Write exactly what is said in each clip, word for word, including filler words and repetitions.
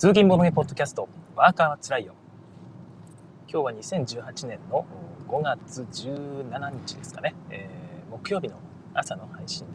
通勤ボードゲームポッドキャスト、ワーカーはつらいよ。今日はにせんじゅうはちねんのごがつじゅうしちにちですかね、えー、木曜日の朝の配信です。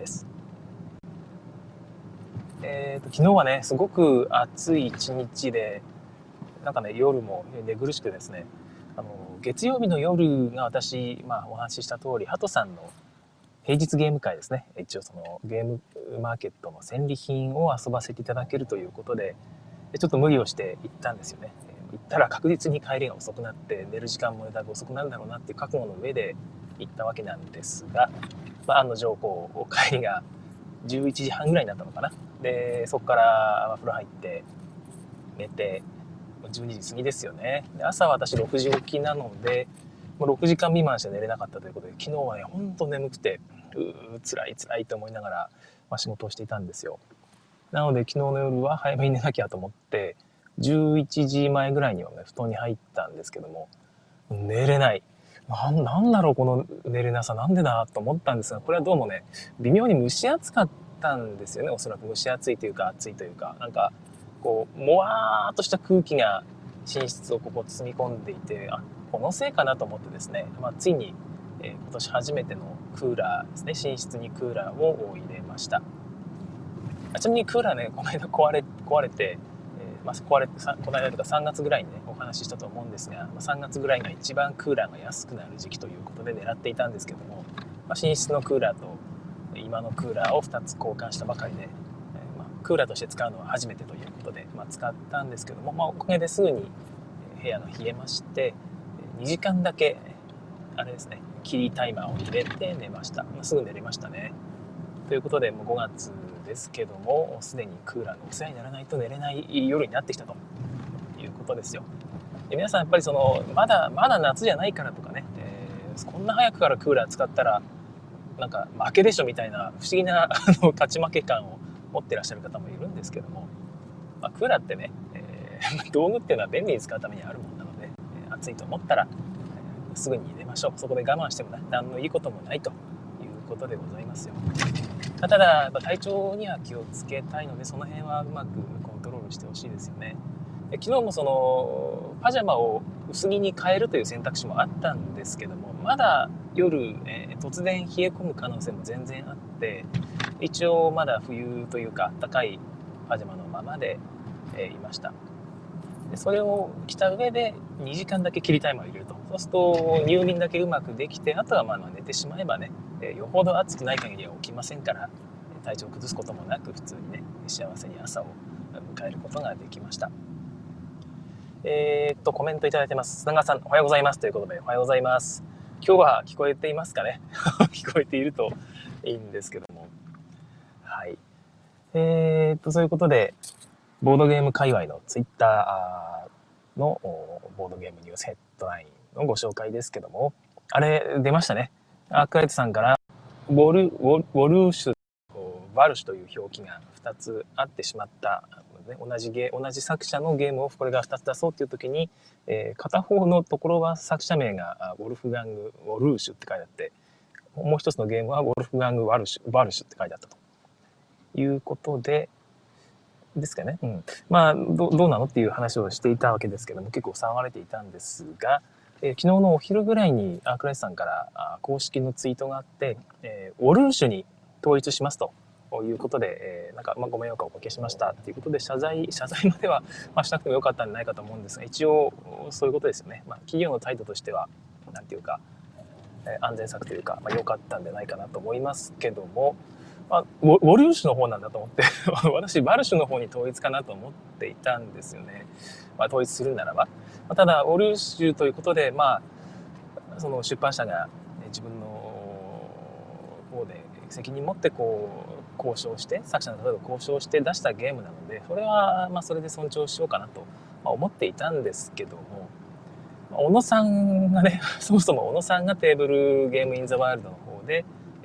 えーと、昨日はね、すごく暑い一日で、なんかね、夜も寝苦しくですね、あの月曜日の夜が私、まあ、お話しした通り、ハトさんの平日ゲーム会ですね、一応そのゲームマーケットの戦利品を遊ばせていただけるということで、ちょっと無理をして行ったんですよね。行ったら確実に帰りが遅くなって寝る時間もだいぶ遅くなるんだろうなっていう覚悟の上で行ったわけなんですが、まあ、案の定こう帰りがじゅういちじはんぐらいになったのかな。でそこから風呂入って寝てじゅうにじ過ぎですよね。で朝は私ろくじ起きなのでもうろくじかん未満しか寝れなかったということで、昨日はねほんと眠くてうー辛い辛いと思いながら、まあ、仕事をしていたんですよ。なので昨日の夜は早めに寝なきゃと思ってじゅういちじまえぐらいにはね布団に入ったんですけども、寝れない。な ん, なんだろうこの寝れなさ、なんでだと思ったんですが、これはどうもね微妙に蒸し暑かったんですよね。おそらく蒸し暑いというか暑いというか、なんかこうもわーっとした空気が寝室をここ包み込んでいて、あこのせいかなと思ってですね、まあ、ついに、えー、今年初めてのクーラーですね、寝室にクーラーを入れました。ちなみにクーラーね、この間壊れ壊れて、えーまあ、壊れてこの間とかさんがつぐらいにねお話ししたと思うんですが、まあ、さんがつぐらいが一番クーラーが安くなる時期ということで狙っていたんですけども、まあ、寝室のクーラーと今のクーラーをふたつ交換したばかりで、えーまあ、クーラーとして使うのは初めてということで、まあ、使ったんですけども、まあ、おかげですぐに部屋が冷えまして、にじかんだけあれですねキリタイマーを入れて寝ました。まあ、すぐ寝れましたね。ということでもうごがつですけども、すでにクーラーのお世話にならないと寝れない夜になってきたということですよ。で皆さんやっぱりそのまだまだ夏じゃないからとかね、えー、こんな早くからクーラー使ったらなんか負けでしょみたいな不思議な勝ち負け感を持ってらっしゃる方もいるんですけども、まあ、クーラーってね、えー、道具っていうのは便利に使うためにあるものなので、えー、暑いと思ったら、えー、すぐに入れましょう。そこで我慢しても何のいいこともないということでございますよ。ただ体調には気をつけたいので、その辺はうまくコントロールしてほしいですよね。昨日もそのパジャマを薄着に変えるという選択肢もあったんですけども、まだ夜、えー、突然冷え込む可能性も全然あって、一応まだ冬というか暖かいパジャマのままで、えー、いました。でそれを着た上でにじかんだけ切りタイマーを入れると、そうすると入眠だけうまくできて、あとはまあ寝てしまえばね、えー、よほど暑くない限りは起きませんから、体調を崩すこともなく普通にね幸せに朝を迎えることができました。えー、っとコメントいただいてます。砂川さんおはようございますということで、おはようございます。今日は聞こえていますかね聞こえているといいんですけども、はい、えー、っとそういうことでボードゲーム界隈のツイッターのボードゲームニュースヘッドラインのご紹介ですけども、あれ出ましたね。アークライトさんからウォル、ウォル、ウォルーシュ、バルシュという表記がふたつあってしまったので、同じゲ同じ作者のゲームをこれがふたつ出そうっていう時に、えー、片方のところは作者名がウォルフガング・ウォルーシュって書いてあって、もう一つのゲームはウォルフガング・ワルシュ、バルシュって書いてあったということで、ですかね。うん。まあど、どうなのっていう話をしていたわけですけども、結構騒がれていたんですが、えー、昨日のお昼ぐらいにアークライトさんからあ公式のツイートがあって、えー、ウォルーシュに統一しますということで、えー、なんか、まあ、ご迷惑をおかけしましたっていうことで謝罪、謝罪までは、まあ、しなくてもよかったんじゃないかと思うんですが、一応そういうことですよね。まあ、企業の態度としては、なんていうか、えー、安全策というか、まあ、良かったんじゃないかなと思いますけども、あ、ウォルーシュの方なんだと思って私バルシュの方に統一かなと思っていたんですよね。まあ、統一するならば、ただウォルーシュということで、まあその出版社が自分の方で責任持ってこう交渉して、作者の方と交渉して出したゲームなので、それはまあそれで尊重しようかなと思っていたんですけども、小野さんがねそもそも小野さんがテーブルゲームインザワールドの方で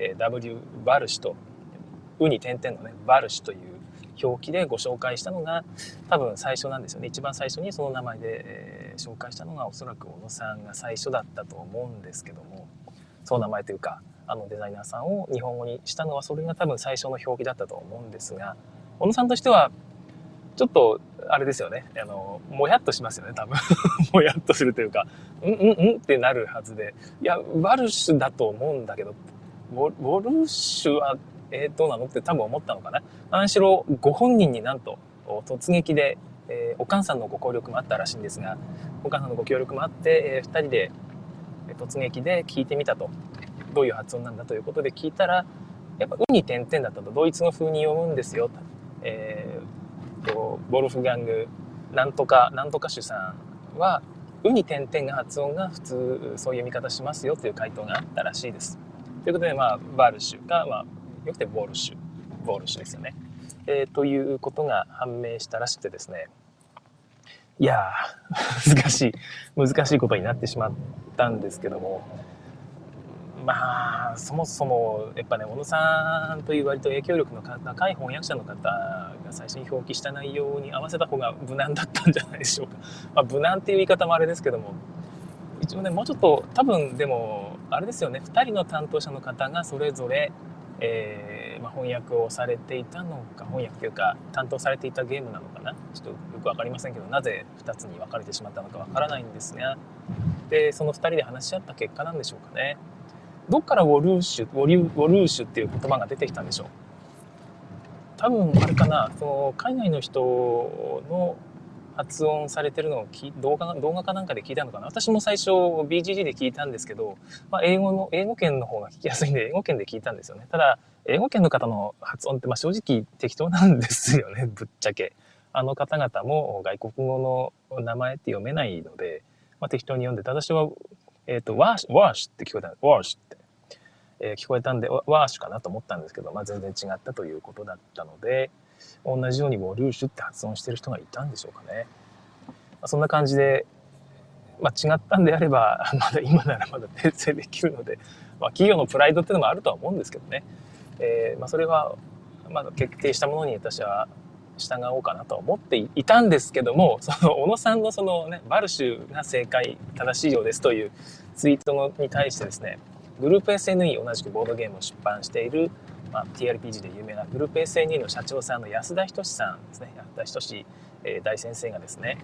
W バルシュとウに点々のねバルシュという表記でご紹介したのが多分最初なんですよね。一番最初にその名前で、えー、紹介したのがおそらく小野さんが最初だったと思うんですけども、その名前というかあのデザイナーさんを日本語にしたのはそれが多分最初の表記だったと思うんですが、小野さんとしてはちょっとあれですよね、あのもやっとしますよね多分もやっとするというか、うんうんうんってなるはずで、いやワルシュだと思うんだけど、ウォウォルシュはえー、どうなのって多分思ったのかな。何しろご本人になんと突撃で、えー、お母さんのご協力もあったらしいんですが、お母さんのご協力もあって、えー、ふたりで突撃で聞いてみたと。どういう発音なんだということで聞いたら、やっぱ「う」に点々だったと。ドイツ語風に読むんですよ。えー、とボルフガングなんとかなんとか主さんは「う」に点々が発音が普通そういう読み方しますよという回答があったらしいです。ということで、まあ、バルシュか、まあ、よくてボルシュボルシュですよね、えー、ということが判明したらしくてですね、いやー難しい難しいことになってしまったんですけども、まあそもそもやっぱね、小野さんという割と影響力の高い翻訳者の方が最初に表記した内容に合わせた方が無難だったんじゃないでしょうか。まあ、無難っていう言い方もあれですけども、一応ねもうちょっと多分でもあれですよね、ふたりの担当者の方がそれぞれ、えーまあ、翻訳をされていたのか、翻訳というか担当されていたゲームなのかな、ちょっとよく分かりませんけど、なぜふたつに分かれてしまったのか分からないんですが、でそのふたりで話し合った結果なんでしょうかね。どっからウォルーシュウォリュウォルーシュっていう言葉が出てきたんでしょう。多分あれかな、その海外の人の発音されてるのを動画動画かなんかで聞いたのかな。私も最初 ビージージー で聞いたんですけど、まあ、英語の英語圏の方が聞きやすいんで英語圏で聞いたんですよね。ただ英語圏の方の発音ってまあ正直適当なんですよね、ぶっちゃけ。あの方々も外国語の名前って読めないので、まあ、適当に読んでて、私は、えーと、ワーシュワーシュって聞こえたワーシュって、えー、聞こえたんでワーシュかなと思ったんですけど、まあ、全然違ったということだったので、同じようにウォルーシュって発音してる人がいたんでしょうかね。まあ、そんな感じで、まあ、違ったんであればまだ今ならまだ訂正できるので、まあ、企業のプライドっていうのもあるとは思うんですけどね、えーまあ、それはまだ決定したものに私は従おうかなと思っていたんですけども、その小野さんのその、ね、バルシュが正解正しいようですというツイートのに対してですね、グループ エスエヌイー 同じくボードゲームを出版している、まあ、ティーアールピージー で有名なグループ エスエヌイー の社長さんの安田仁さんですね、安田仁、えー、大先生がですね、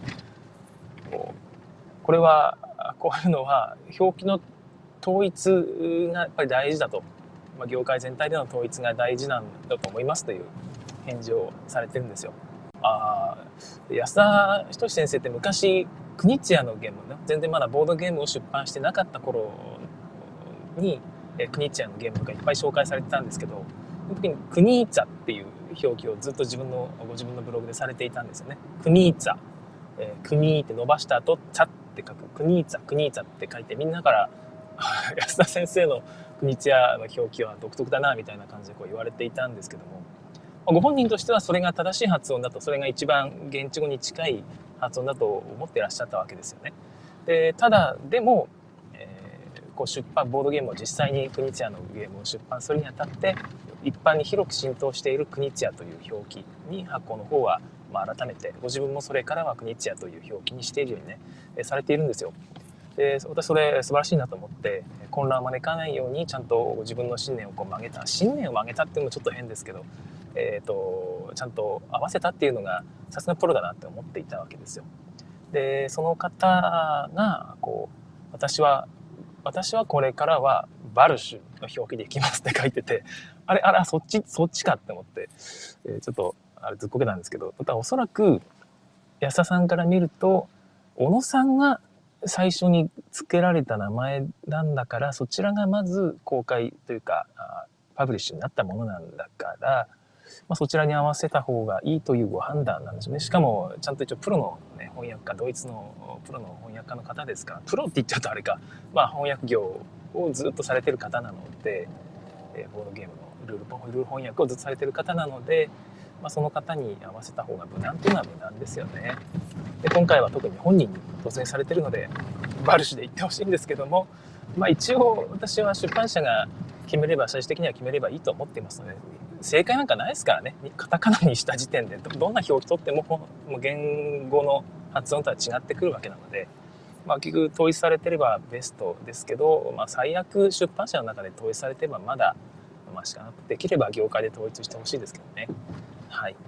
これはこういうのは表記の統一がやっぱり大事だと、まあ、業界全体での統一が大事なんだと思いますという返事をされてるんですよ。あ安田仁先生って昔クニチアのゲームね、全然まだボードゲームを出版してなかった頃にクニチアのゲームとかいっぱい紹介されてたんですけど、その時にクニーツァっていう表記をずっと自分のご自分のブログでされていたんですよね。クニーツァ、えー、クニーって伸ばした後ツァって書くクニーツァクニーツァって書いて、みんなから安田先生のクニチアの表記は独特だなみたいな感じでこう言われていたんですけども、ご本人としてはそれが正しい発音だと、それが一番現地語に近い発音だと思っていらっしゃったわけですよね。でただでも、えー、こう出版ボードゲームを実際にクニチアのゲームを出版するにあたって一般に広く浸透しているクニチアという表記に発行の方は、まあ、改めてご自分もそれからはクニチアという表記にしているようにね、えー、されているんですよ。で私それ素晴らしいなと思って、混乱を招かないようにちゃんと自分の信念をこう曲げた信念を曲げたっていうのもちょっと変ですけど、えーと、ちゃんと合わせたっていうのがさすがプロだなって思っていたわけですよ。でその方がこう私は私はこれからはバルシュの表記でいきますって書いてて、あれあらそっちそっちかって思って、えー、ちょっとあれずっこけたんですけど、ただおそらく安田さんから見ると小野さんが最初に付けられた名前なんだから、そちらがまず公開というかパブリッシュになったものなんだから、まあ、そちらに合わせた方がいいというご判断なんですよね。しかもちゃんと一応プロの、ね、翻訳家、ドイツのプロの翻訳家の方ですから、プロって言っちゃうとあれか、まあ、翻訳業をずっとされてる方なので、ボードゲームのルール、ルール翻訳をずっとされてる方なので、まあ、その方に合わせた方が無難というのは無難ですよね。で今回は特に本人に当選されてるのでバルシュで言ってほしいんですけども、まあ、一応私は出版社が決めれば、最終的には決めればいいと思っていますので、正解なんかないですからね。カタカナにした時点でどんな表記取ってももう言語の発音とは違ってくるわけなので、まあ、結局統一されてればベストですけど、まあ、最悪出版社の中で統一されてればまだマシかな。できれば業界で統一してほしいですけどね。はい。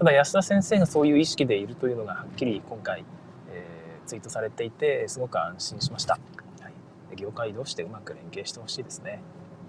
ただ安田先生がそういう意識でいるというのがはっきり今回、えー、ツイートされていてすごく安心しました。はい、業界同士でうまく連携してほしいですね。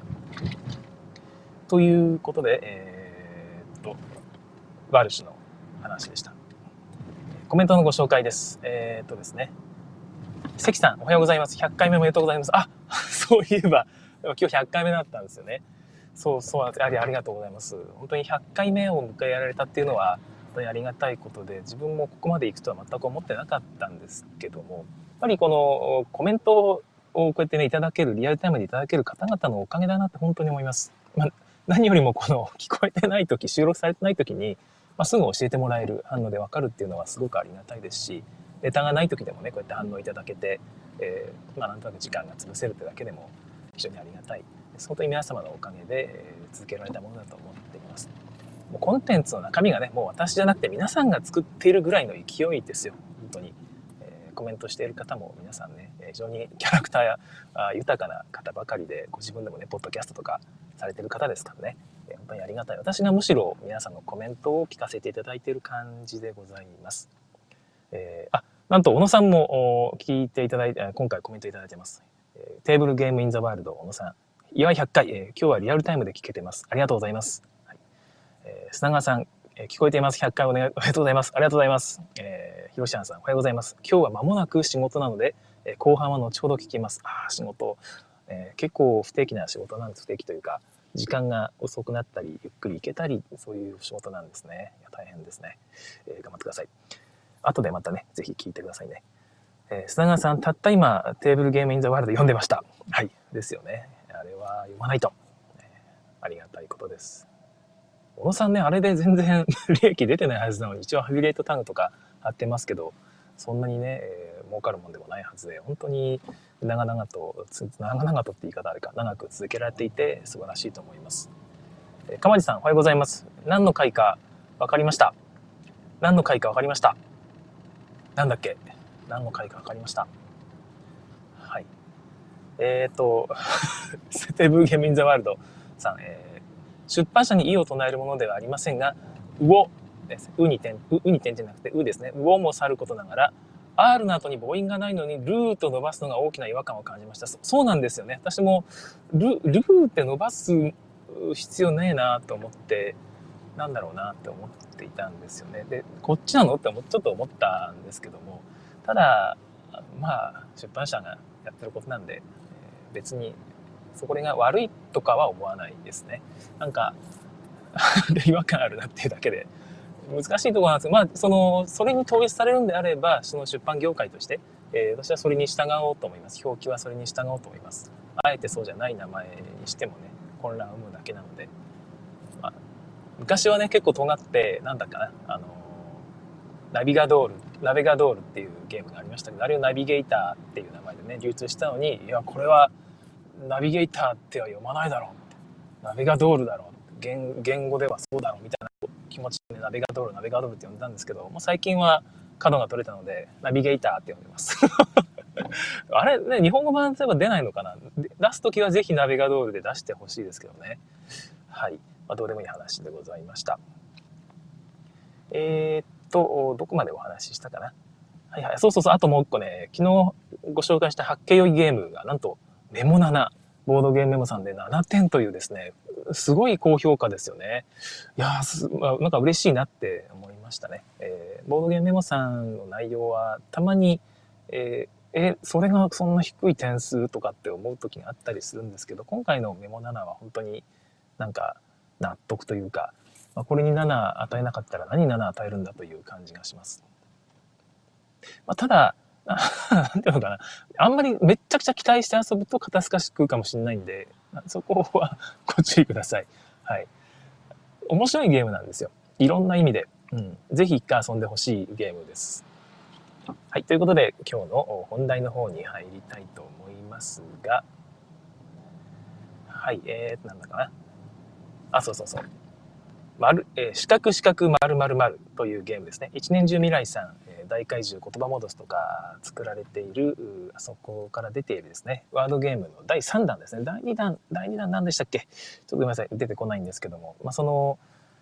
ということで、えー、っとワルシュの話でした。コメントのご紹介です。えー、っとですね関さんおはようございます。ひゃっかいめおめでとうございます。あ、そういえば今日ひゃっかいめだったんですよね。そうそうなんです。やはりありがとうございます。本当にひゃっかいめを迎えられたっていうのは本当にありがたいことで、自分もここまで行くとは全く思ってなかったんですけども、やっぱりこのコメントをこうやってねいただける、リアルタイムでいただける方々のおかげだなって本当に思います。まあ、何よりもこの聞こえてない時、収録されてない時に、まあ、すぐ教えてもらえる、反応でわかるっていうのはすごくありがたいですし、ネタがない時でもねこうやって反応いただけて、えー、まあなんとなく時間が潰せるってだけでも非常にありがたい。本当に皆様のおかげで続けられたものだと思っています。もうコンテンツの中身がねもう私じゃなくて皆さんが作っているぐらいの勢いですよ本当に。えー、コメントしている方も皆さんね非常にキャラクターやあ豊かな方ばかりで、ご自分でもねポッドキャストとかされている方ですからね、えー、本当にありがたい。私がむしろ皆さんのコメントを聞かせていただいている感じでございます。えー、あなんと小野さんも聞いていただいて今回コメントいただいてます。テーブルゲームインザワールド小野さん祝いひゃっかい、えー、今日はリアルタイムで聞けてます。ありがとうございます。はい、えー、砂川さん、えー、聞こえています。ひゃっかいお願いおめでとうございます。ありがとうございます。えー、ひろしあんさんおはようございます。今日は間もなく仕事なので、えー、後半は後ほど聞きます。あ仕事、えー、結構不定期な仕事なんです。不定期というか時間が遅くなったりゆっくり行けたりそういう仕事なんですね。いや大変ですね、えー、頑張ってください。後でまたねぜひ聞いてくださいね。えー、砂川さんたった今テーブルゲームインザワールド読んでました。はいですよね。あれは読まないと、えー、ありがたいことです。小野さんねあれで全然利益出てないはずなのに一応アフィリエイトタグとか貼ってますけど、そんなにね、えー、儲かるもんでもないはずで、本当に長々と長々とって言い方あれか長く続けられていて素晴らしいと思います。えー、鎌地さんおはようございます。何の回か分かりました。何の回か分かりました。なんだっけ何の回か分かりました。はい。えっ、ー、と、テーブルゲームインザワールドさん、えー、出版社に異を唱えるものではありませんが、うおです。うに点、う、うに点じゃなくてうですね。うおもさることながら、R の後に母音がないのにルーと伸ばすのが大きな違和感を感じました。そ、そうなんですよね。私もル、ルーって伸ばす必要ねえなと思って、なんだろうなって思っていたんですよね。で、こっちなのってちょっと思ったんですけども、ただ、まあ、出版社がやってることなんで、別にそこが悪いとかは思わないですね。なんか違和感あるなっていうだけで難しいところなんですけど、まあそのそれに統一されるんであればその出版業界として、えー、私はそれに従おうと思います。表記はそれに従おうと思います。あえてそうじゃない名前にしてもね混乱を生むだけなので、まあ、昔はね結構尖ってなんだかなあのナビガドールナビガドールっていうゲームがありましたけど、あれをナビゲーターっていう名前でね流通したのに、いやこれはナビゲーターっては読まないだろう、ナビガドールだろう、 言, 言語ではそうだろうみたいな気持ちで、ね、ナビガドールナビガドールって呼んでたんですけど、もう最近は角が取れたのでナビゲーターって呼んでますあれね日本語版すれば出ないのかな。出すときはぜひナビガドールで出してほしいですけどね。はい、まあ、どうでもいい話でございました。えー、っとどこまでお話ししたかな。はいはい、そうそうそう。あともう一個ね、昨日ご紹介した八景酔いゲームがなんとメモなな、ボードゲームメモさんでななてんというですね、すごい高評価ですよね。いやー、まあ、なんか嬉しいなって思いましたね。えー、ボードゲームメモさんの内容はたまに、えー、え、それがそんな低い点数とかって思う時があったりするんですけど、今回のメモななは本当になんか納得というか、まあ、これになな与えなかったら何になな与えるんだという感じがします。まあ、ただ、なんていうのかな、あんまりめっちゃくちゃ期待して遊ぶと肩透かし食うかもしれないんで、そこはご注意ください。はい。面白いゲームなんですよ。いろんな意味で。うん。ぜひ一回遊んでほしいゲームです。はい。ということで、今日の本題の方に入りたいと思いますが、はい。えー、なんだかな。あ、そうそうそう。丸、えー、四角四角丸丸丸というゲームですね。一年中未来さん、えー、大怪獣言葉戻すとか作られている、あそこから出ているですね、ワードゲームのだいさんだんですね。だいにだん、だいにだん何でしたっけ？ちょっとごめんなさい、出てこないんですけども、まあ、その、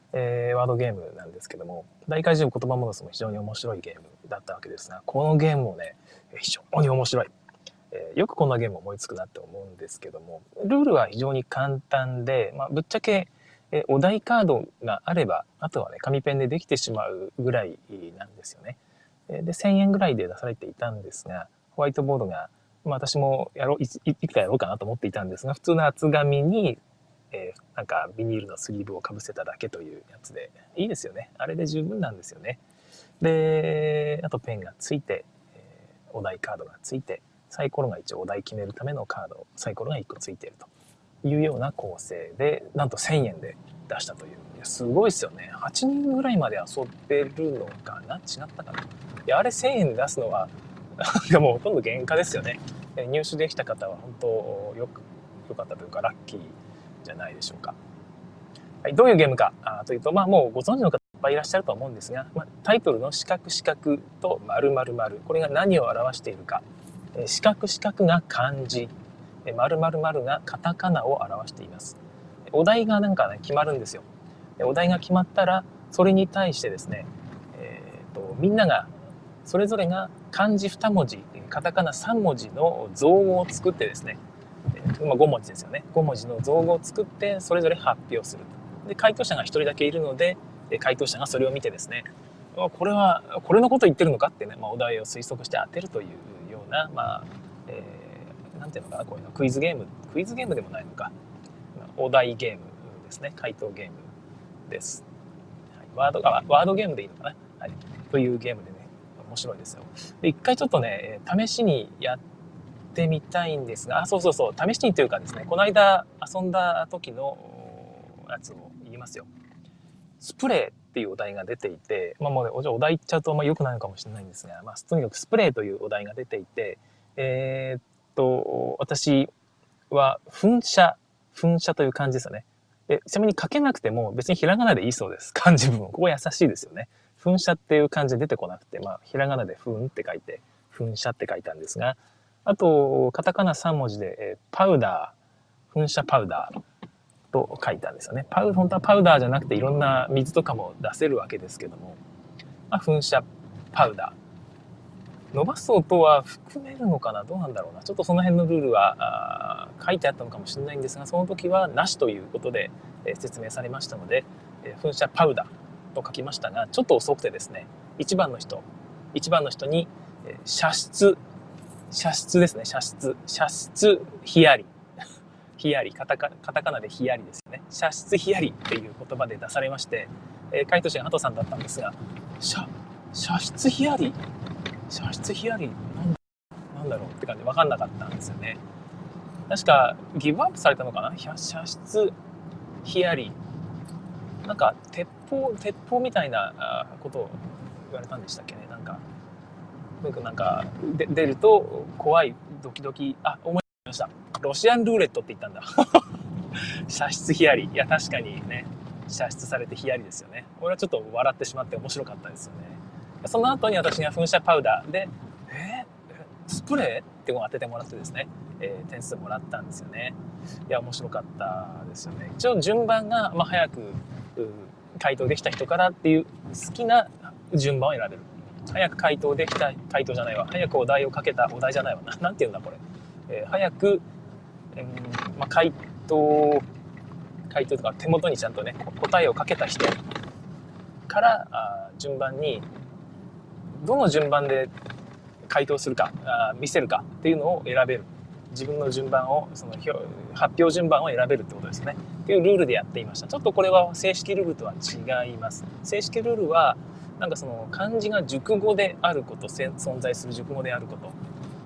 えー、ワードゲームなんですけども、大怪獣言葉戻すも非常に面白いゲームだったわけですが、このゲームもね、非常に面白い。えー、よくこんなゲーム思いつくなって思うんですけども、ルールは非常に簡単で、まあ、ぶっちゃけ、えー、お題カードがあれば、あとはね、紙ペンでできてしまうぐらいなんですよね。で、せんえんぐらいで出されていたんですが、ホワイトボードが、まあ、私もやろう、いついくかやろうかなと思っていたんですが、普通の厚紙に、えー、なんかビニールのスリーブをかぶせただけというやつで、いいですよね。あれで十分なんですよね。で、あとペンがついて、えー、お題カードがついて、サイコロが一応お題決めるためのカード、サイコロがいっこついているというような構成で、なんとせんえんで出したという。いやすごいですよね。はちにんぐらいまで遊べるのかな、違ったかな。いや、あれせんえんで出すのは、もうほとんど原価ですよね。入手できた方は本当よく、良かったというか、ラッキーじゃないでしょうか。はい、どういうゲームかというと、まあ、もうご存知の方いっぱいいらっしゃると思うんですが、まあ、タイトルの四角四角と丸丸丸、これが何を表しているか。四角四角が漢字、丸丸丸がカタカナを表しています。お題がなんか、ね、決まるんですよ。お題が決まったら、それに対してですね、えーと、みんながそれぞれが漢字に文字、カタカナさん文字の造語を作ってですね、まあ、ご文字ですよね。ご文字の造語を作ってそれぞれ発表する。で、回答者がひとりだけいるので、回答者がそれを見てですね、これはこれのこと言ってるのかってね、まあ、お題を推測して当てるというような、まあ、えー、なんていうのかな、こういうのクイズゲーム、クイズゲームでもないのか、お題ゲームですね、回答ゲームです。はい、ワードがワードゲームでいいのかな、はい、というゲームでね、面白いですよ。で、一回ちょっとね、試しにやってみたいんですが、あ、そうそうそう、試しにというかですね、この間遊んだ時のやつを言いますよ。スプレーっていうお題が出ていて、まあもうね、お題言っちゃうとまあ良くないのかもしれないんですが、まあとにかくスプレーというお題が出ていて、えー、っと、私は噴射、噴射という漢字ですよね。で、ちなみに書けなくても別にひらがなでいいそうです。漢字部分。ここ優しいですよね。噴射っていう漢字出てこなくて、まあひらがなでふんって書いて、噴射って書いたんですが、あと、カタカナさん文字で、えー、パウダー、噴射パウダーと書いたんですよね。パウ、本当はパウダーじゃなくていろんな水とかも出せるわけですけども、まあ、噴射パウダー。伸ばす音は含めるのかな、どうなんだろうな。ちょっとその辺のルールは書いてあったのかもしれないんですが、その時はなしということで、えー、説明されましたので、えー、噴射パウダーと書きましたが、ちょっと遅くてですね、いちばんの人、いちばんの人に、えー、射出、射出ですね、射出、射出ヒヤリ。ヒヤリ、カタカ、カタカナでヒヤリですよね。射出ヒヤリっていう言葉で出されまして、えー、回答者がハトさんだったんですが、射、射出ヒヤリ射出ヒヤリなんなんだろうって感じで分かんなかったんですよね。確かギブアップされたのかな、射出ヒヤリ。なんか鉄砲、鉄砲みたいなことを言われたんでしたっけね。なんか、なんかで出ると怖いドキドキ、あ、思い出しました。ロシアンルーレットって言ったんだ。射出ヒヤリ。いや、確かにね、射出されてヒヤリですよね。俺はちょっと笑ってしまって面白かったですよね。その後に私が噴射パウダーで、えー、スプレーって当ててもらってですね、えー、点数もらったんですよね。いや、面白かったですよね。一応順番が、まあ、早く回答できた人からっていう好きな順番を選べる。早く回答できた、回答じゃないわ。早くお題をかけた、お題じゃないわ。な、なんていうんだこれ。えー、早く、えーまあ、回答、回答とか手元にちゃんとね、答えをかけた人からあ順番に、どの順番で回答するか、あ見せるかっていうのを選べる。自分の順番を、その発表順番を選べるってことですね。っていうルールでやっていました。ちょっとこれは正式ルールとは違います。正式ルールは、なんかその漢字が熟語であること、存在する熟語であること、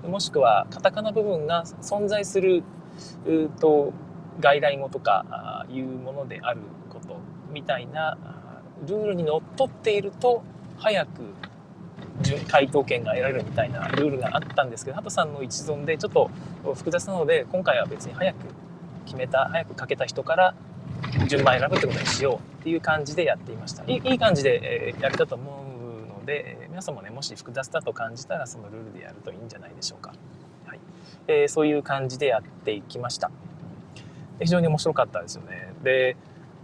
もしくはカタカナ部分が存在すると外来語とかいうものであることみたいなルールにのっとっていると早く回答権が得られるみたいなルールがあったんですけど、ハトさんの一存でちょっと複雑なので、今回は別に早く決めた、早くかけた人から順番選ぶってことにしようっていう感じでやっていました。いい、いい感じでやれたと思うので、皆さんもね、もし複雑だと感じたらそのルールでやるといいんじゃないでしょうか。はい、えー、そういう感じでやっていきました。非常に面白かったですよね。で、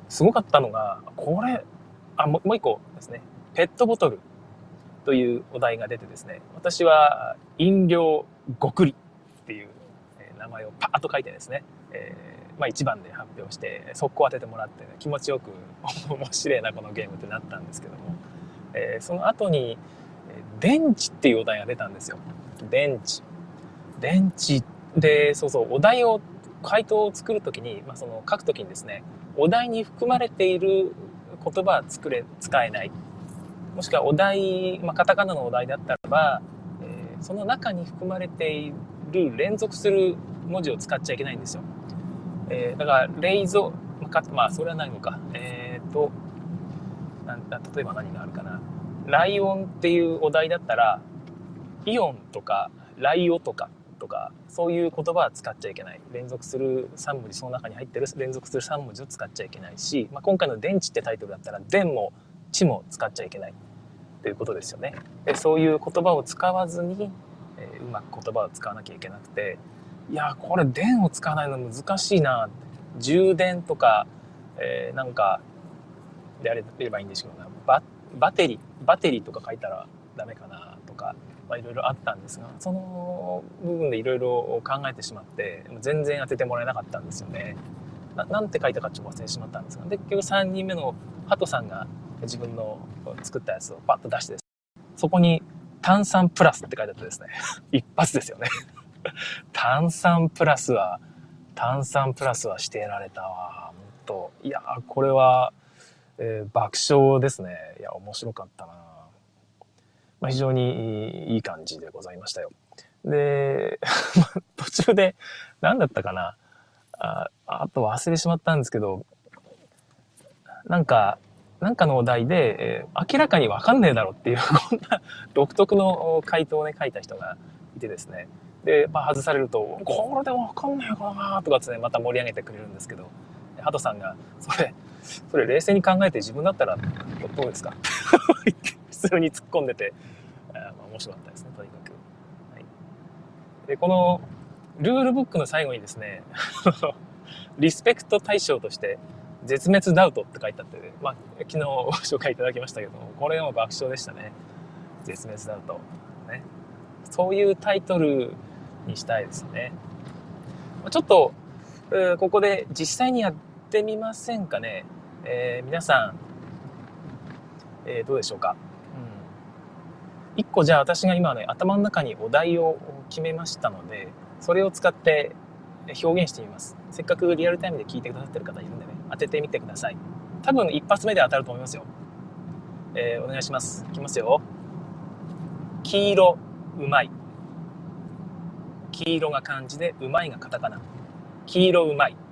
すごかったのが、これ、あ、もう一個ですね、ペットボトルというお題が出てですね、私は飲料ごくりっていう名前をパーッと書いてですね、えー、まあいちばんで発表して速攻当ててもらって、ね、気持ちよく面白いなこのゲームってなったんですけども、えー、その後に電池っていうお題が出たんですよ。電池電池で、そうそう、お題を回答を作るときに、まあ、その書くときにですね、お題に含まれている言葉は作れ使えない、もしくはお題、まあ、カタカナのお題だったらば、えー、その中に含まれている連続する文字を使っちゃいけないんですよ。えー、だから冷蔵、まあ、まあそれはないのか、えーとなんだ例えば何があるかな、ライオンっていうお題だったらイオンとかライオとかとか、そういう言葉は使っちゃいけない。連続するさん文字、その中に入ってる連続するさん文字を使っちゃいけないし、まあ、今回の電池ってタイトルだったら電も地も使っちゃいけないということですよね。でそういう言葉を使わずに、えー、うまく言葉を使わなきゃいけなくて、いやこれ電を使わないの難しいな、充電とか、えー、なんかであればいいんですけどな、ババテリーバテリーとか書いたらダメかなとか、まあ、いろいろあったんですが、その部分でいろいろ考えてしまって全然当ててもらえなかったんですよね。 な, なんて書いたかちょっと忘れてしまったんですが、で結局さんにんめのハトさんが自分の作ったやつをパッと出してです、そこに炭酸プラスって書いてあってですね一発ですよね炭酸プラスは炭酸プラスはしてられたわ。もっと、いやこれは、えー、爆笑ですね。いや面白かったな。まあ、非常にいい感じでございましたよ。で途中で何だったかな、ああと忘れてしまったんですけど、なんかなんかのお題で、えー、明らかに分かんねえだろっていうこんな独特の回答をね書いた人がいてですね、で、まあ、外されるとこれで分かんないかなとかですね、また盛り上げてくれるんですけど、ハトさんがそれそれ冷静に考えて自分だったらどうですか普通に突っ込んでて、あ、まあ、面白かったですね、とにかく。はい、でこのルールブックの最後にですねリスペクト対象として絶滅ダウトって書いてあって、ね、まあ、昨日ご紹介いただきましたけども、これも爆笑でしたね。絶滅ダウト、ね、そういうタイトルにしたいですね。ちょっと、えー、ここで実際にやってみませんかね。えー、皆さん、えー、どうでしょうか。うん、いっこじゃあ私が今ね頭の中にお題を決めましたので、それを使って表現してみます。せっかくリアルタイムで聞いてくださってる方いるんでね、当ててみてください。多分一発目で当たると思いますよ。えー、お願いします。いきますよ。黄色うまい。黄色が漢字でうまいがカタカナ。黄色うまい。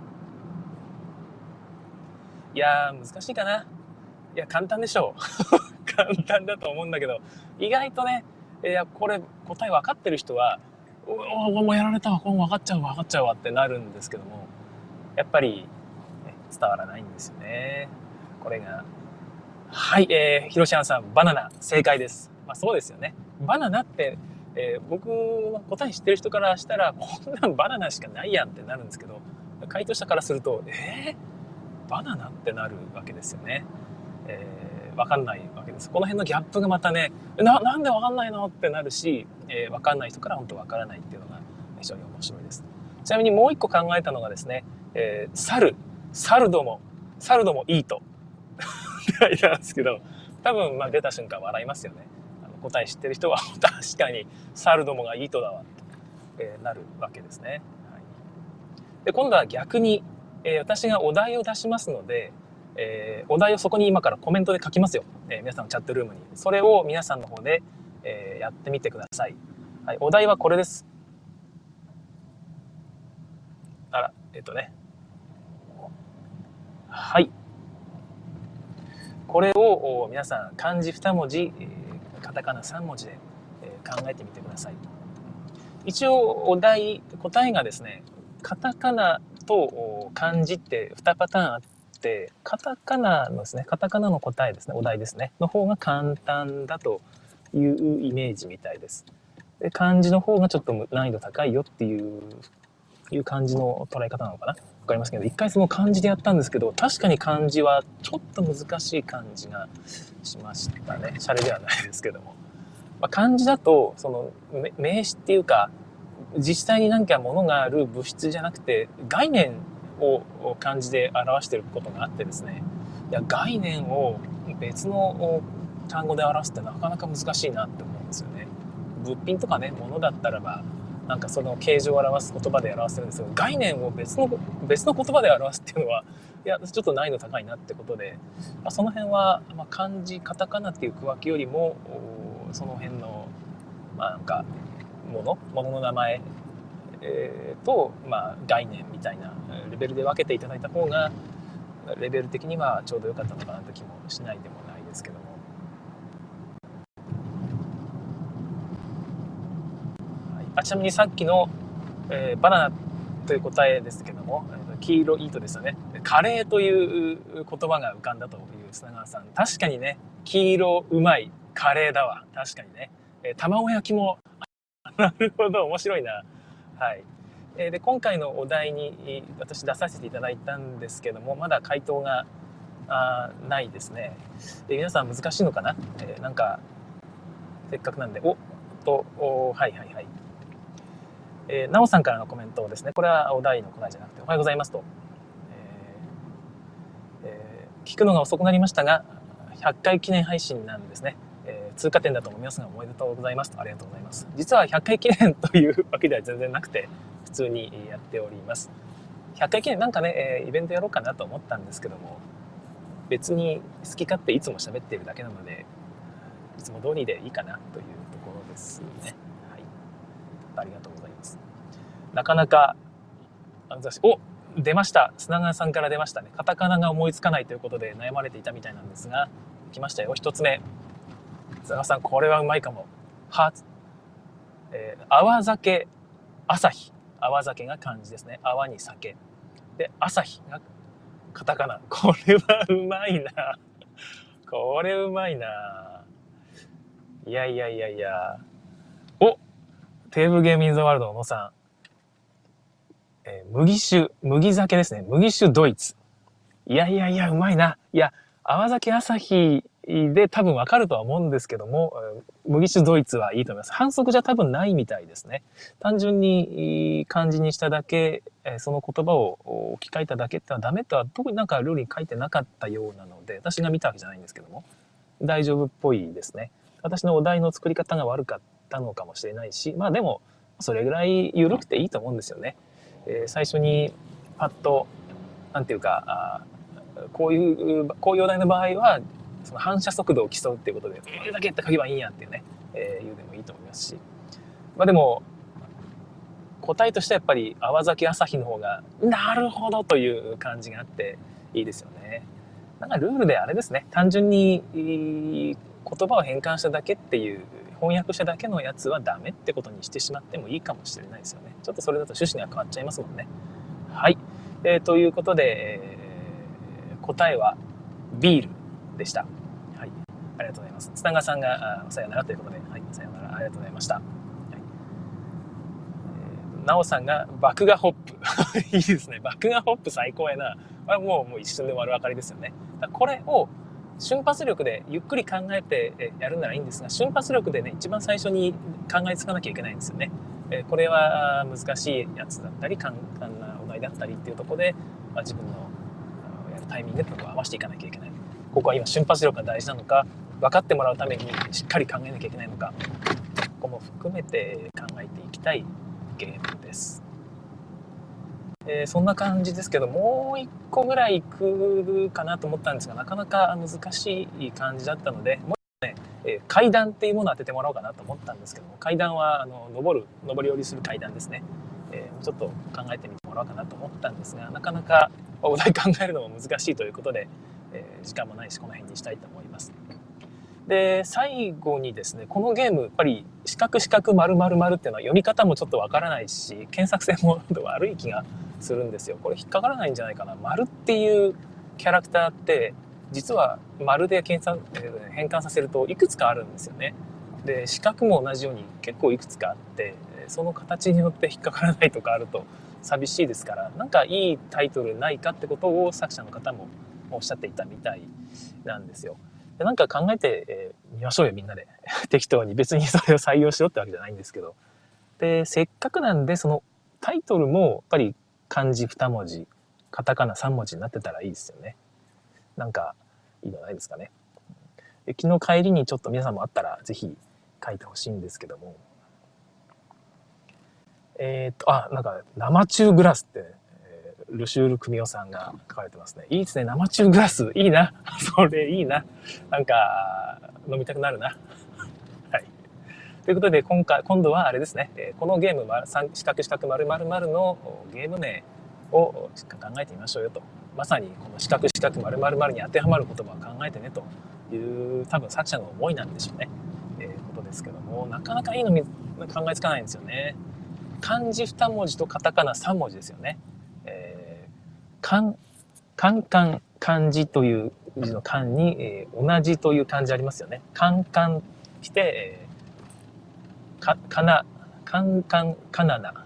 いやー難しいかな。いや簡単でしょう簡単だと思うんだけど、意外とね、いやこれ答え分かってる人はおおもうやられたわ、これ分かっちゃう分かっちゃうわってなるんですけども、やっぱり、ね、伝わらないんですよね、これが。はい、えー、ひろしあんさんバナナ正解です。まあそうですよね、バナナって、えー、僕の答え知ってる人からしたらこんなんバナナしかないやんってなるんですけど、回答者からするとえー、バナナってなるわけですよね。えー、分かんないわけです。この辺のギャップがまたね、ななんで分かんないのってなるし、えー、分かんない人から本当分からないっていうのが非常に面白いです。ちなみにもう一個考えたのがですね、えー、猿猿ども猿どもいいとって書いてあるんですけど、多分まあ出た瞬間笑いますよね。あの答え知ってる人は確かに猿どもがいいとだわって、えー、なるわけですね。はい、で今度は逆に、えー、私がお題を出しますので、えー、お題をそこに今からコメントで書きますよ、えー、皆さんのチャットルームに。それを皆さんの方で、えー、やってみてください。はい、お題はこれです。あら、えっとね。はい。これを皆さん漢字に文字、カタカナさん文字で考えてみてください。一応お題、答えがですね、カタカナと漢字ってにパターンあって、カタカナのですね、カタカナの答えですね、お題ですね、の方が簡単だというイメージみたいです。で、漢字の方がちょっと難易度高いよっていういう感じの捉え方なのかな。 かりますけど、一回その漢字でやったんですけど、確かに漢字はちょっと難しい感じがしましたね。シャレではないですけども。まあ、漢字だと、その名詞っていうか、実際に何かものがある物質じゃなくて、概念を漢字で表していることがあってですね、いや、概念を別の単語で表すってなかなか難しいなって思うんですよね。物品とかね、物だったらば、なんかその形状を表す言葉で表せるんですけど、概念を別の別の言葉で表すっていうのは、いやちょっと難易度高いなってことで、まあ、その辺は、まあ、漢字カタカナっていう区分けよりもその辺のまあなんかものものの名前、えー、と、まあ、概念みたいなレベルで分けていただいた方がレベル的にはちょうど良かったのかなと気もしないでもないですけども。あ、ちなみにさっきの、えー、バナナという答えですけども、黄色い糸ですよね。カレーという言葉が浮かんだという砂川さん、確かにね、黄色うまいカレーだわ。確かにね、えー、卵焼きもなるほど、面白いな。はい。えー、で今回のお題に私出させていただいたんですけども、まだ回答があないですね。で皆さん難しいのかな、えー、なんかせっかくなんで、おっと、おはいはいはい。えー、なおさんからのコメントですね。これはお題の答えじゃなくて、おはようございますと。えーえー、聞くのが遅くなりましたが、ひゃっかい記念配信なんですね。えー、通過点だと思いますが、おめでとうございますと。ありがとうございます。実はひゃっかい記念というわけでは全然なくて、普通にやっております。ひゃっかい記念なんかね、えー、イベントやろうかなと思ったんですけども、別に好き勝手いつも喋っているだけなので、いつも通りでいいかなというところですね。はい。ありがとうございます。なかなか難しい。お、出ました。砂川さんから出ましたね。カタカナが思いつかないということで悩まれていたみたいなんですが、来ましたよ。一つ目。砂川さん、これはうまいかも。は、えー、泡酒朝日。泡酒が漢字ですね。泡に酒。で、朝日がカタカナ。これはうまいな。これうまいな。いやいやいやいや。お、テーブルゲームインザワールドの野さん。えー、麦酒、麦酒ですね。麦酒ドイツ。いやいやいや、うまいな。いや、泡酒朝日で多分わかるとは思うんですけども、麦酒ドイツはいいと思います。反則じゃ多分ないみたいですね。単純に漢字にしただけ、その言葉を置き換えただけってのはダメとは特になんかルールに書いてなかったようなので、私が見たわけじゃないんですけども、大丈夫っぽいですね。私のお題の作り方が悪かったのかもしれないし、まあでも、それぐらい緩くていいと思うんですよね。えー、最初にパッと、なんていうか、こういう、こういうお題の場合は、その反射速度を競うっていうことで、これだけって書けばいいんやっていうね、えー、言うでもいいと思いますし。まあでも、答えとしてはやっぱり泡酒朝日の方が、なるほどという感じがあっていいですよね。なんかルールであれですね、単純に言葉を変換しただけっていう、翻訳しただけのやつはダメってことにしてしまってもいいかもしれないですよね。ちょっとそれだと趣旨が変わっちゃいますもんね。はい。えー、ということで、えー、答えはビールでした。はい。ありがとうございます。砂川さんがさよならということで、はい、さよならありがとうございました。はい。えー、なおさんが麦芽ホップ。いいですね。麦芽ホップ最高やな。これはもう、もう一瞬で丸分かりですよね。これを瞬発力でゆっくり考えてやるならいいんですが、瞬発力でね、一番最初に考えつかなきゃいけないんですよね。これは難しいやつだったり、簡単なお題だったりっていうところで、まあ、自分のやるタイミングとかを合わせていかなきゃいけない。ここは今瞬発力が大事なのか、分かってもらうためにしっかり考えなきゃいけないのか、ここも含めて考えていきたいゲームです。えー、そんな感じですけど、もう一個ぐらい来るかなと思ったんですが、なかなか難しい感じだったので、もうね、えー、階段っていうものを当ててもらおうかなと思ったんですけども、階段はあの登る登り降りする階段ですね。えー、ちょっと考えてみてもらおうかなと思ったんですが、なかなかお題考えるのも難しいということで、えー、時間もないしこの辺にしたいと思います。で、最後にですね、このゲームやっぱり四角四角丸丸丸っていうのは読み方もちょっとわからないし、検索性も悪い気がするんですよ。これ引っかからないんじゃないかな。丸っていうキャラクターって実は丸で検索変換させるといくつかあるんですよね。で、四角も同じように結構いくつかあって、その形によって引っかからないとかあると寂しいですから、なんかいいタイトルないかってことを作者の方もおっしゃっていたみたいなんですよ。でなんか考えてみ、えー、ましょうよみんなで適当に。別にそれを採用しろってわけじゃないんですけど、でせっかくなんでそのタイトルもやっぱり漢字に文字、カタカナさん文字になってたらいいですよね。なんかいいのないですかね。で昨日帰りにちょっと皆さんもあったらぜひ書いてほしいんですけども、えっとあなんか生中グラスって、えー、ルシュール組夫さんが書かれてますね。いいですね、生中グラスいいなそれいいな、なんか飲みたくなるなはい。ということで今回今度はあれですね、このゲーム四角四角丸々丸のゲーム名を考えてみましょうよと。まさにこの四角四角丸々丸に当てはまる言葉を考えてねという多分作者の思いなんでしょうね、えー、ことですけども、なかなかいいの考えつかないんですよね。漢字に文字とカタカナさん文字ですよね。えー、カンカンカン漢字という字の漢に、えー、同じという漢字ありますよね。カンカンして、えー、かかなカンカンカナナ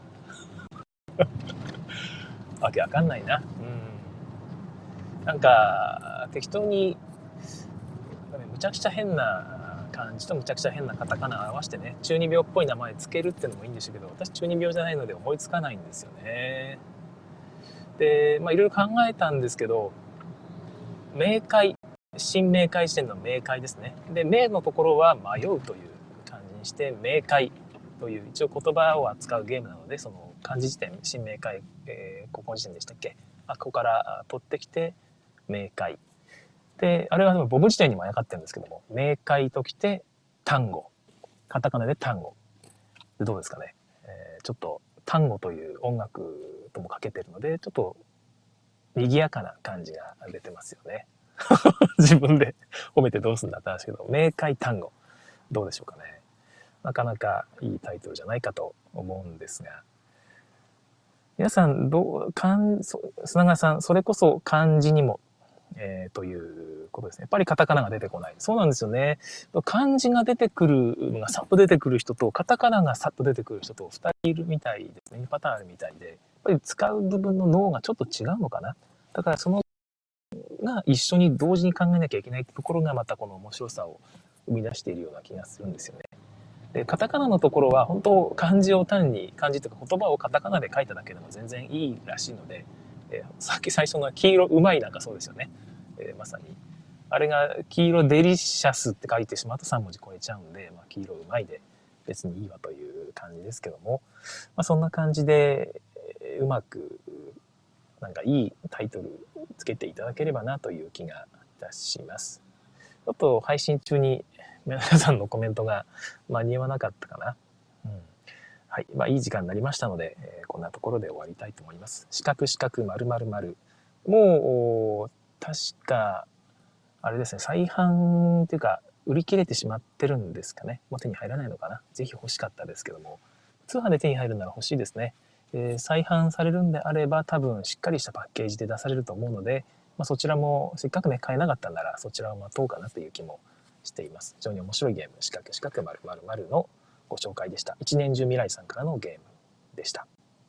わけわかんないな。うん。なんか適当にむちゃくちゃ変な漢字とむちゃくちゃ変なカタカナを合わせてね、中二病っぽい名前つけるっていうのもいいんでしょうけど、私中二病じゃないので思いつかないんですよね。で、まあいろいろ考えたんですけど、明快、新明快時点の明快ですね。で、明のところは迷うという漢字にして、明快という一応言葉を扱うゲームなので、その漢字辞典、新明快、えー、ここの時点でしたっけ、あ、ここから取ってきて、明快。で、あれはでもボブ辞典にもあやかってるんですけども、明快ときて単語。カタカナで単語。でどうですかね。えー、ちょっと単語という音楽ともかけてるので、ちょっと賑やかな感じが出てますよね。自分で褒めてどうすんだって話ですけど、明快単語。どうでしょうかね。なかなかいいタイトルじゃないかと思うんですが。皆さん、どう、漢、砂川さん、それこそ漢字にも、えー、ということですね。やっぱりカタカナが出てこない。そうなんですよね。漢字が出てくるのがさっと出てくる人と、カタカナがさっと出てくる人とふたりいるみたいですね。にパターンあるみたいで、やっぱり使う部分の脳がちょっと違うのかな。だからそのが一緒に同時に考えなきゃいけないところがまたこの面白さを生み出しているような気がするんですよね。でカタカナのところは本当漢字を単に漢字というか言葉をカタカナで書いただけでも全然いいらしいので、えー、さっき最初の黄色うまいなんかそうですよね、えー、まさにあれが黄色デリシャスって書いてしまうとさん文字超えちゃうんで、まあ、黄色うまいで別にいいわという感じですけども、まあ、そんな感じで、えー、うまくなんかいいタイトルつけていただければなという気がいたします。ちょっと配信中に皆さんのコメントが間に合わなかったかな。うん、はい、まあいい時間になりましたので、えー、こんなところで終わりたいと思います。四角四角丸々丸。もう確かあれですね、再販っていうか売り切れてしまってるんですかね。もう手に入らないのかな。ぜひ欲しかったですけども、通販で手に入るなら欲しいですね。えー、再販されるんであれば多分しっかりしたパッケージで出されると思うので、まあ、そちらもせっかくね買えなかったんならそちらを待とうかなという気もしています。非常に面白いゲーム、四角四角丸々丸のご紹介でした。一年中未来さんからのゲームでした。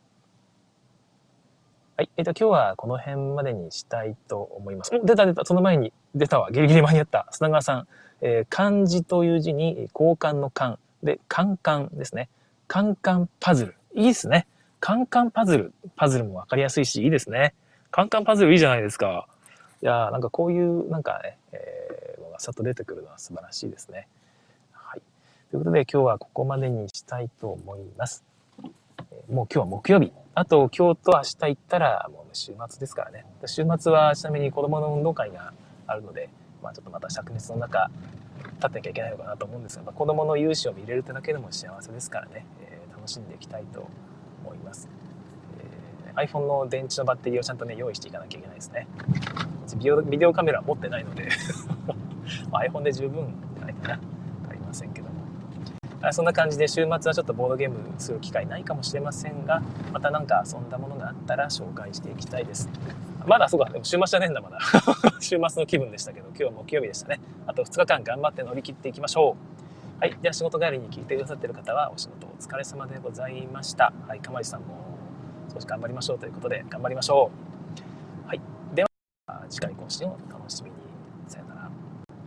はい、えっと今日はこの辺までにしたいと思います。お、出た出た、その前に出たわ、ギリギリ間に合った。砂川さん、えー、漢字という字に交換の漢でカンカンですね。カンカンパズル、いいですね。カンカンパズル、パズルもわかりやすいしいいですね。カンカンパズルいいじゃないですか。いやーなんかこういうなんかね、えー、のがさっと出てくるのは素晴らしいですね。はい。ということで今日はここまでにしたいと思います。もう今日は木曜日。あと今日と明日行ったらもう週末ですからね。週末はちなみに子供の運動会があるので、まあちょっとまた灼熱の中立ってなきゃいけないのかなと思うんですが、まあ、子供の勇姿を見れるってだけでも幸せですからね、えー、楽しんでいきたいと思います。えー、iPhone の電池のバッテリーをちゃんとね用意していかなきゃいけないですね。ビデオ、ビデオカメラは持ってないのでiPhone で十分じゃないかな。ありませんけども。そんな感じで週末はちょっとボードゲームする機会ないかもしれませんが、また何か遊んだものがあったら紹介していきたいです。まだそうか、でも週末じゃねえんだまだ週末の気分でしたけど、今日は木曜日でしたね。あとふつかかん頑張って乗り切っていきましょう。はい、では仕事帰りに聞いてくださっている方はお仕事お疲れ様でございました。はい、かまりさんも少し頑張りましょうということで頑張りましょう。はい、では次回更新をお楽しみに。さよなら。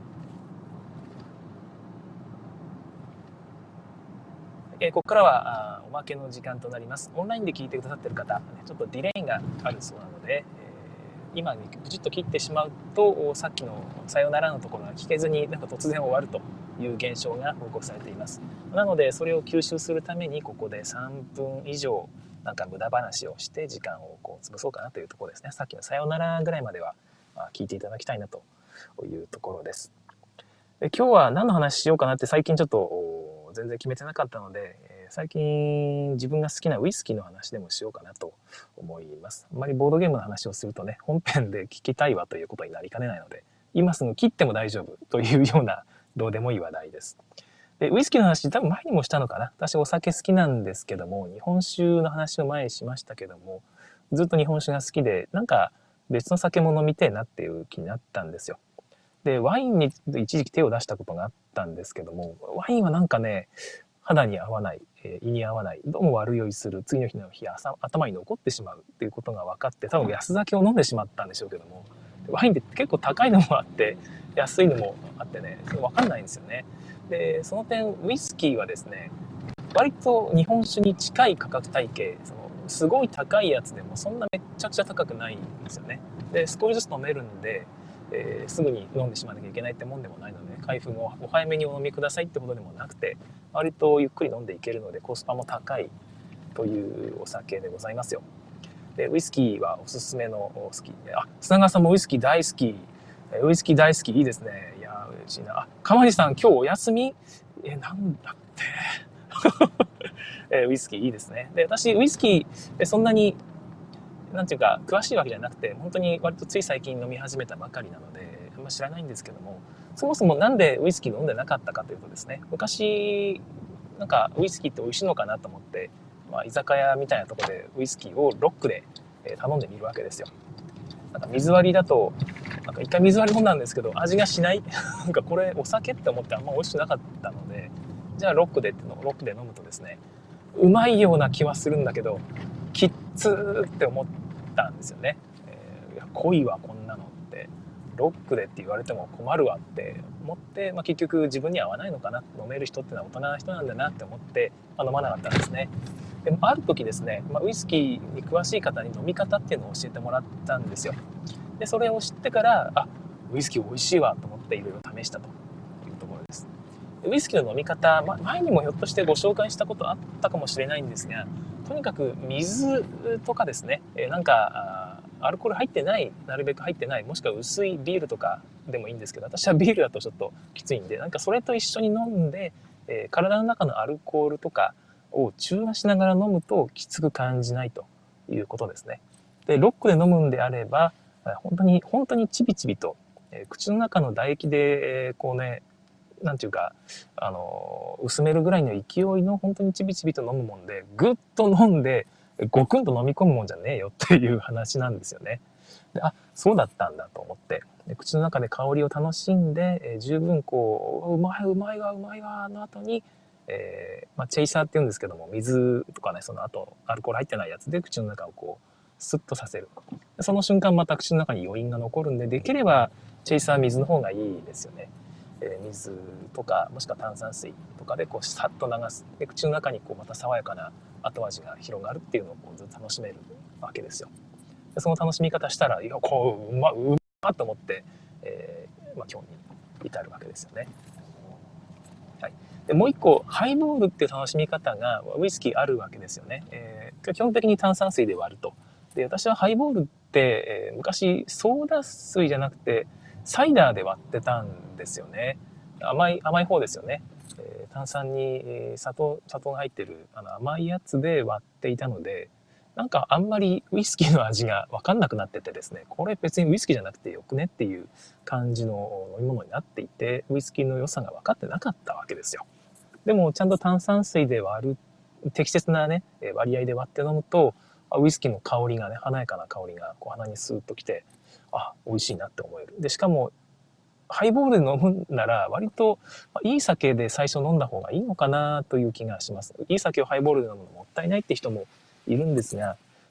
えー、ここからはおまけの時間となります。オンラインで聞いてくださっている方、ちょっとディレイがあるそうなので、えー、今にブチッと切ってしまうとさっきのさよならのところが聞けずになんか突然終わるという現象が報告されています。なのでそれを吸収するためにここでさんぷん以上なんか無駄話をして時間をこう潰そうかなというところですね。さっきのさよならぐらいまでは聞いていただきたいなというところです。で今日は何の話しようかなって最近ちょっと全然決めてなかったので、最近自分が好きなウイスキーの話でもしようかなと思います。あんまりボードゲームの話をするとね、本編で聞きたいわということになりかねないので、今すぐ切っても大丈夫というようなどうでもいい話題です。でウイスキーの話多分前にもしたのかな。私お酒好きなんですけども、日本酒の話を前にしましたけども、ずっと日本酒が好きで、なんか別の酒も飲みてえなっていう気になったんですよ。でワインに一時期手を出したことがあったんですけども、ワインはなんかね肌に合わない、えー、胃に合わない、どうも悪酔いする、次の日の日朝頭に残ってしまうっていうことが分かって、多分安酒を飲んでしまったんでしょうけども、ワインって結構高いのもあって安いのもあってね、分かんないんですよね。でその点ウイスキーはですね、割と日本酒に近い価格体系、そのすごい高いやつでもそんなめっちゃくちゃ高くないんですよね。で少しずつ飲めるんで、えー、すぐに飲んでしまわなきゃいけないってもんでもないので、開封後お早めにお飲みくださいってことでもなくて、割とゆっくり飲んでいけるのでコスパも高いというお酒でございますよ。でウイスキーはおすすめの好きで、あ、砂川さんもウイスキー大好き、ウイスキー大好き、いいですね。いや嬉しいな。あ、川地さん今日お休み、えなんだってえウイスキーいいですね。で私ウイスキーそんなになんていうか詳しいわけじゃなくて、本当に割とつい最近飲み始めたばかりなのであんま知らないんですけども、そもそもなんでウイスキー飲んでなかったかというとですね、昔なんかウイスキーって美味しいのかなと思って、まあ、居酒屋みたいなところでウイスキーをロックで頼んでみるわけですよ。なんか水割りだとなんか一回水割り飲んだんですけど味がしないなんかこれお酒って思ってあんま美味しくなかったので、じゃあロックでってのロックで飲むとですね、うまいような気はするんだけどきっつーって思ったんですよね。えー、いや濃いわこんなのって、ロックでって言われても困るわって思って、まあ、結局自分に合わないのかな、飲める人ってのは大人な人なんだなって思って、まあ、飲まなかったんですね。でもある時ですね、まあ、ウイスキーに詳しい方に飲み方っていうのを教えてもらったんですよ。でそれを知ってから、あ、ウイスキー美味しいわと思っていろいろ試したというところです。ウイスキーの飲み方、ま、前にもひょっとしてご紹介したことあったかもしれないんですが、とにかく水とかですね、えー、なんかアルコール入ってない、なるべく入ってない、もしくは薄いビールとかでもいいんですけど、私はビールだとちょっときついんで、なんかそれと一緒に飲んで、えー、体の中のアルコールとかを中和しながら飲むときつく感じないということですね。でロックで飲むんであれば本当に本当にちびちびと、えー、口の中の唾液で、えー、こうね、なんていうかあの薄めるぐらいの勢いの本当にちびちびと飲むもんで、ぐっと飲んでゴクンと飲み込むもんじゃねえよっていう話なんですよね。で、あ、そうだったんだと思って、で口の中で香りを楽しんで、えー、十分こううまいうまいわうまいわの後に、えーまあ、チェイサーって言うんですけども、水とかね、その後アルコール入ってないやつで口の中をこうスッとさせる。その瞬間また口の中に余韻が残るんで、できればチェイサー水の方がいいですよね。えー、水とかもしくは炭酸水とかでこうさっと流す。で口の中にこうまた爽やかな後味が広がるっていうのをこうずっと楽しめるわけですよ。でその楽しみ方したら、いやこううまうまと思って、えーまあ、今日に至るわけですよね。はい、でもう一個ハイボールっていう楽しみ方がウイスキーあるわけですよね。えー、基本的に炭酸水で割ると。で私はハイボールって、えー、昔ソーダ水じゃなくてサイダーで割ってたんですよね。甘い甘い方ですよね。えー、炭酸に、えー、砂糖砂糖が入ってるあの甘いやつで割っていたので、なんかあんまりウイスキーの味が分かんなくなっててですね、これ別にウイスキーじゃなくてよくねっていう感じの飲み物になっていて、ウイスキーの良さが分かってなかったわけですよ。でもちゃんと炭酸水で割る、適切なね割合で割って飲むと、ウイスキーの香りがね、華やかな香りがこう鼻にスーッときて、あ、美味しいなって思える。でしかもハイボールで飲むなら割といい酒で最初飲んだ方がいいのかなという気がします。いい酒をハイボールで飲むのもったいないって人もいるんですが、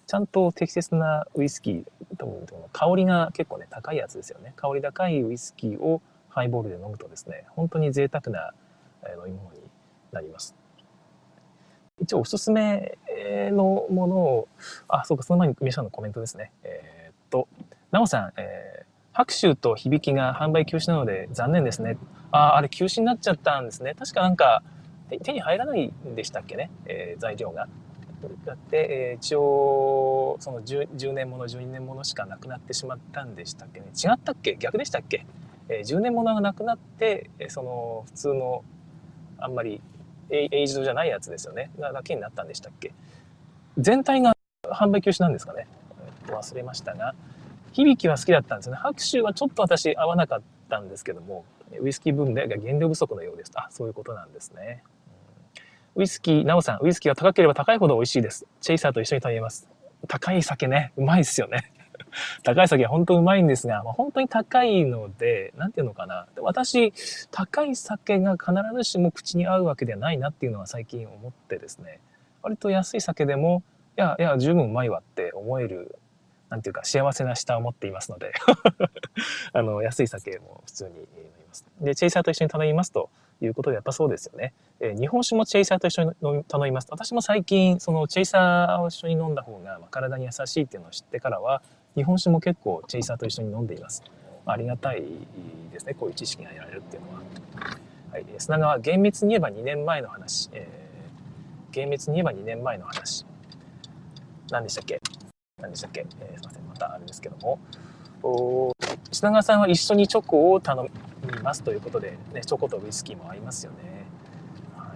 ちゃんと適切なウイスキー、香りが結構ね、高いやつですよね。香り高いウイスキーをハイボールで飲むとですね、本当に贅沢な飲み物になります。一応おすすめのものを、あ、そうか、その前に皆さんのコメントですね。えー、っと、なおさん、えー、白州と響きが販売休止なので残念ですね。あ、あれ休止になっちゃったんですね。確かなんか手に入らないんでしたっけね、えー、材料が。だって、えー、一応その 10, じゅうねんものじゅうにねんものしかなくなってしまったんでしたっけね。違ったっけ、逆でしたっけ、えー、じゅうねんものがなくなってその普通のあんまりエイジドじゃないやつですよねがだけになったんでしたっけ。全体が販売休止なんですかね、えー、忘れましたが、響きは好きだったんですよね。白州はちょっと私合わなかったんですけども、ウイスキー分で原料不足のようです。あ、そういうことなんですね。ウイスキー、なおさん、ウイスキーは高ければ高いほど美味しいです。チェイサーと一緒に食べます。高い酒ね、うまいですよね。高い酒は本当うまいんですが、まあ、本当に高いので、なんていうのかな。私、高い酒が必ずしも口に合うわけではないなっていうのは最近思ってですね、割と安い酒でも、いや、いや、十分うまいわって思える、なんていうか幸せな舌を持っていますので、あの、安い酒も普通に飲みます。で、チェイサーと一緒に頼みますということで、やっぱそうですよね。えー、日本酒もチェイサーと一緒に頼みます。私も最近、そのチェイサーを一緒に飲んだ方が体に優しいっていうのを知ってからは、日本酒も結構チェイサーと一緒に飲んでいます。ありがたいですね、こういう知識が得られるっていうのは。はい、砂川、厳密に言えばにねんまえの話。えー、厳密に言えばにねんまえの話。何でしたっけ何でしたっけ、えー、すいません、またあれですけども。品川さんは一緒にチョコを頼みますということで、ね、チョコとウイスキーも合いますよね。はい、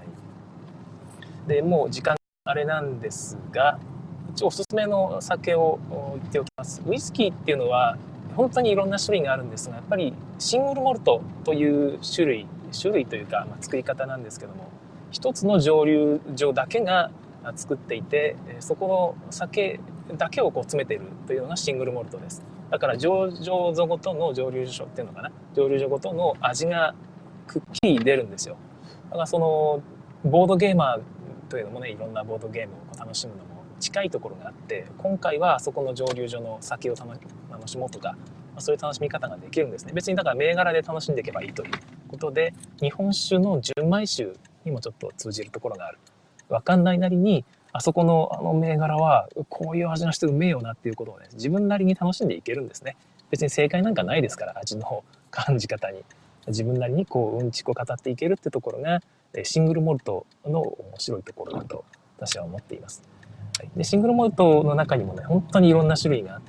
でもう時間あれなんですが、一応おすすめの酒を言っておきます。ウイスキーっていうのは本当にいろんな種類があるんですが、やっぱりシングルモルトという種類種類というか、まあ、作り方なんですけども、一つの蒸留所だけが作っていて、そこの酒だけをこう詰めているというのがシングルモルトです。だから醸造所ごとの蒸留所っていうのかな、蒸留所ごとの味がくっきり出るんですよ。だからそのボードゲーマーというのもね、いろんなボードゲームを楽しむのも近いところがあって、今回はそこの蒸留所の酒を楽しもうとか、そういう楽しみ方ができるんですね。別にだから銘柄で楽しんでいけばいいということで、日本酒の純米酒にもちょっと通じるところがある。分かんないなりに、あそこのあの銘柄はこういう味がしてうめえよなっていうことをね、自分なりに楽しんでいけるんですね。別に正解なんかないですから、味の感じ方に。自分なりにこううんちくを語っていけるってところがシングルモルトの面白いところだと私は思っています。でシングルモルトの中にもね、本当にいろんな種類があって、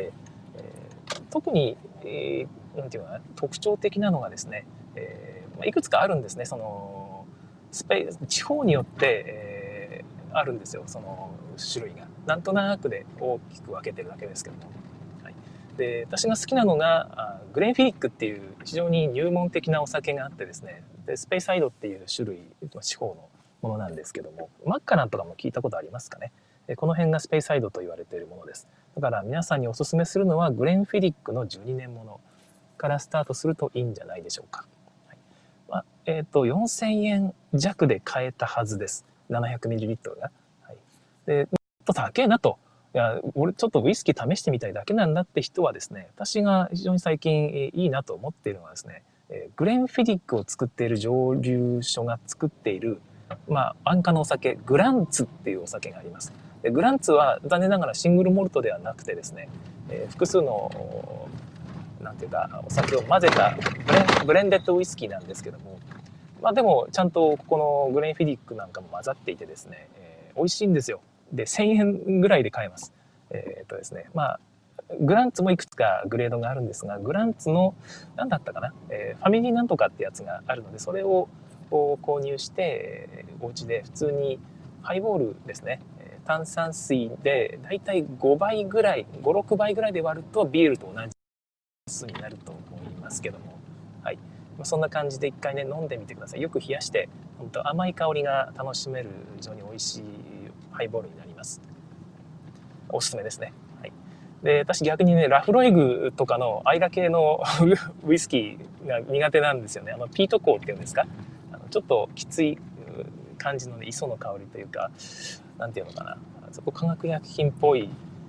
えー、特に、えー、なんていうのかな、特徴的なのがですね、えー、いくつかあるんですね。そのスペ地方によって、えー、あるんですよ、その種類が。なんとなくで大きく分けてるだけですけども。はい、で私が好きなのがグレンフィリックっていう非常に入門的なお酒があってですね、でスペイサイドっていう種類、地方のものなんですけども、マッカランとかも聞いたことありますかね。この辺がスペイサイドと言われているものです。だから皆さんにお勧めするのはグレンフィリックのじゅうにねんものからスタートするといいんじゃないでしょうか。はい、まあ、えっ、ー、とよんせんえん弱で買えたはずです。ななひゃくミリリットル が。はい、で、ちょっと高えなと。いや、俺ちょっとウイスキー試してみたいだけなんだって人はですね、私が非常に最近いいなと思っているのはですね、グレンフィリックを作っている蒸留所が作っている、まあ、安価なお酒、グランツっていうお酒があります。でグランツは残念ながらシングルモルトではなくてですね、えー、複数のなんていうかお酒を混ぜたブレン、ブレンデッドウイスキーなんですけども、まあ、でもちゃんとここのグレンフィリックなんかも混ざっていてですね、えー、美味しいんですよ。でせんえんぐらいで買えます。えー、っとですね、まあグランツもいくつかグレードがあるんですが、グランツの何だったかな、えー、ファミリーなんとかってやつがあるので、それを購入してお家で普通にハイボールですね、炭酸水でだいたいごばいぐらい、ご、ろくばいぐらいで割るとビールと同じ数になると思いますけども、はい、そんな感じで一回ね飲んでみてください。よく冷やして本当甘い香りが楽しめる非常に美味しいハイボールになります。おすすめですね。はい、で私逆にねラフロイグとかのアイラ系のウイスキーが苦手なんですよね。あのピート香っていうんですか、あのちょっときつい感じの、ね、磯の香りというか、なんていうのかな、そこ化学薬品っぽい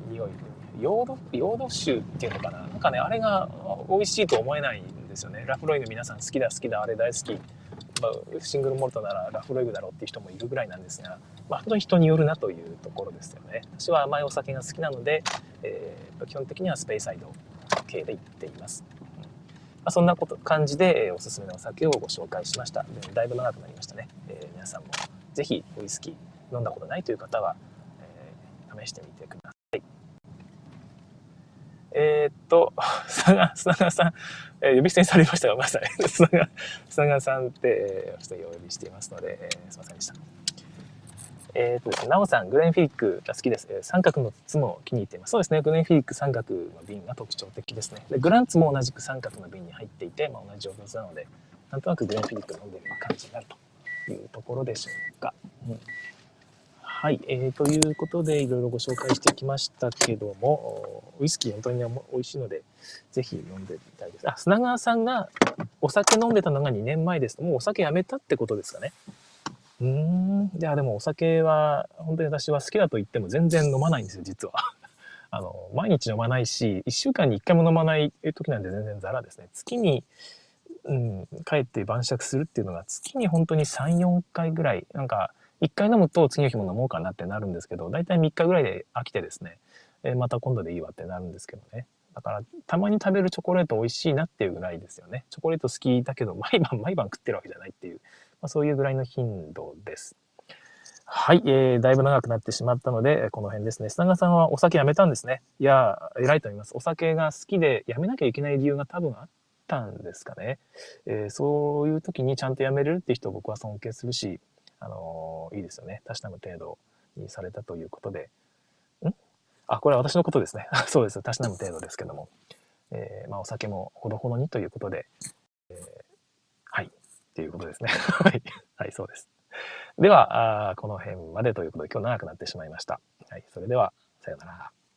匂い。ヨード、ヨード臭っていうのかな。なんかね、あれが美味しいと思えないんですよね。ラフロイグ皆さん好きだ好きだ、あれ大好き。まあ、シングルモルトならラフロイグだろうっていう人もいるぐらいなんですが、まあ、本当に人によるなというところですよね。私は甘いお酒が好きなので、えー、基本的にはスペイサイド系で行っています。うん、まあ、そんなこと感じで、えー、おすすめのお酒をご紹介しました。でだいぶ長くなりましたね。えー、皆さんもぜひウイスキー飲んだことないという方は、えー、試してみてください。えー、っと、砂川、砂川さん、えー、呼び捨てにされましたが、ごめんなさい。砂川、砂川さんって、えー、お呼びしていますので、えー、すいませんでした。えー、っとですね、なおさん、グレンフィリックが好きです。えー、三角の筒も気に入っています。そうですね、グレンフィリック三角の瓶が特徴的ですね。で、グランツも同じく三角の瓶に入っていて、まあ、同じ状況なので、なんとなくグレンフィリック飲んでる感じになるというところでしょうか。うん、はい、えー、ということでいろいろご紹介してきましたけども、ウイスキー本当に美味しいので、ぜひ飲んでみたいです。あ、砂川さんがお酒飲んでたのがにねんまえです。もうお酒やめたってことですかね。うーん。いや、でもお酒は、本当に私は好きだと言っても全然飲まないんですよ、実は。あの、毎日飲まないし、いっしゅうかんにいっかいも飲まない時なんて全然ザラですね。月に、うん、帰って晩酌するっていうのが月に本当にさん、よんかいぐらい、なんか、いっかい飲むと次の日も飲もうかなってなるんですけど、だいたいみっかぐらいで飽きてですね、えー、また今度でいいわってなるんですけどね。だから、たまに食べるチョコレート美味しいなっていうぐらいですよね。チョコレート好きだけど、毎晩毎晩食ってるわけじゃないっていう、まあ、そういうぐらいの頻度です。はい、えー、だいぶ長くなってしまったので、この辺ですね。砂川さんはお酒やめたんですね。いや、偉いと思います。お酒が好きでやめなきゃいけない理由が多分あったんですかね。えー、そういう時にちゃんとやめれるって人を僕は尊敬するし、あのー、いいですよね。たしなむ程度にされたということで。んあ、これは私のことですね。そうです。たしなむ程度ですけども。えー、まあ、お酒もほどほどにということで、えー、はい。っていうことですね。はい。はい、そうです。では、あこの辺までということで、今日長くなってしまいました。はい、それでは、さようなら。